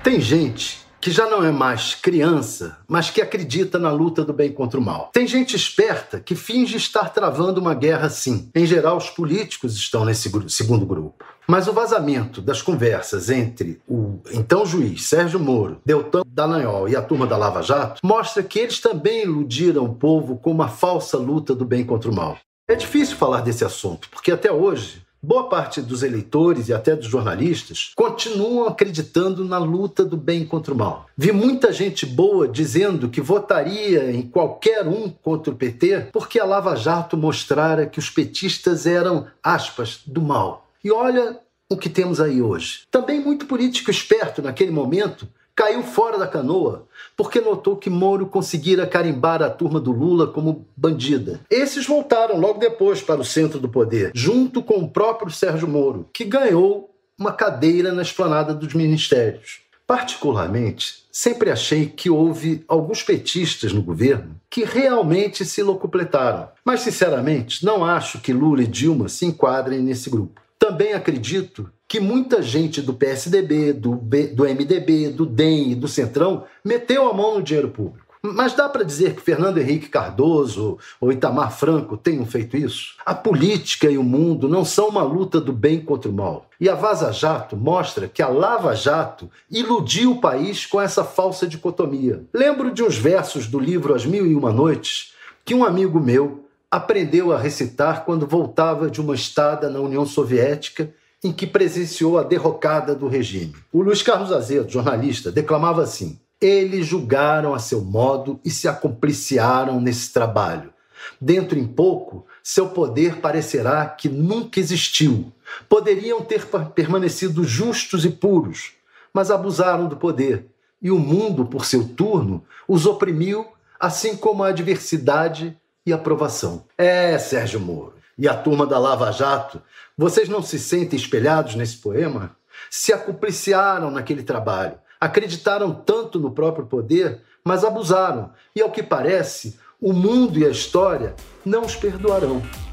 Tem gente que já não é mais criança, mas que acredita na luta do bem contra o mal. Tem gente esperta que finge estar travando uma guerra sim. Em geral, os políticos estão nesse segundo grupo. Mas o vazamento das conversas entre o então juiz Sérgio Moro, Deltan Dallagnol e a turma da Lava Jato mostra que eles também iludiram o povo com uma falsa luta do bem contra o mal. É difícil falar desse assunto, porque até hoje boa parte dos eleitores e até dos jornalistas continuam acreditando na luta do bem contra o mal. Vi muita gente boa dizendo que votaria em qualquer um contra o PT porque a Lava Jato mostrara que os petistas eram, aspas, do mal. E olha o que temos aí hoje. Também muito político esperto naquele momento caiu fora da canoa porque notou que Moro conseguira carimbar a turma do Lula como bandida. Esses voltaram logo depois para o centro do poder, junto com o próprio Sérgio Moro, que ganhou uma cadeira na esplanada dos ministérios. Particularmente, sempre achei que houve alguns petistas no governo que realmente se locupletaram. Mas, sinceramente, não acho que Lula e Dilma se enquadrem nesse grupo. Também acredito que muita gente do PSDB, do MDB, do DEM e do Centrão meteu a mão no dinheiro público. Mas dá para dizer que Fernando Henrique Cardoso ou Itamar Franco tenham feito isso? A política e o mundo não são uma luta do bem contra o mal. E a Vaza Jato mostra que a Lava Jato iludiu o país com essa falsa dicotomia. Lembro de uns versos do livro As Mil e Uma Noites que um amigo meu aprendeu a recitar quando voltava de uma estada na União Soviética em que presenciou a derrocada do regime. O Luiz Carlos Azevedo, jornalista, declamava assim: eles julgaram a seu modo e se acompliciaram nesse trabalho. Dentro em pouco, seu poder parecerá que nunca existiu. Poderiam ter permanecido justos e puros, mas abusaram do poder, e o mundo, por seu turno, os oprimiu, assim como a adversidade e a provação. Sérgio Moro e a turma da Lava Jato, vocês não se sentem espelhados nesse poema? Se acompliciaram naquele trabalho, acreditaram tanto no próprio poder, mas abusaram. E, ao que parece, o mundo e a história não os perdoarão.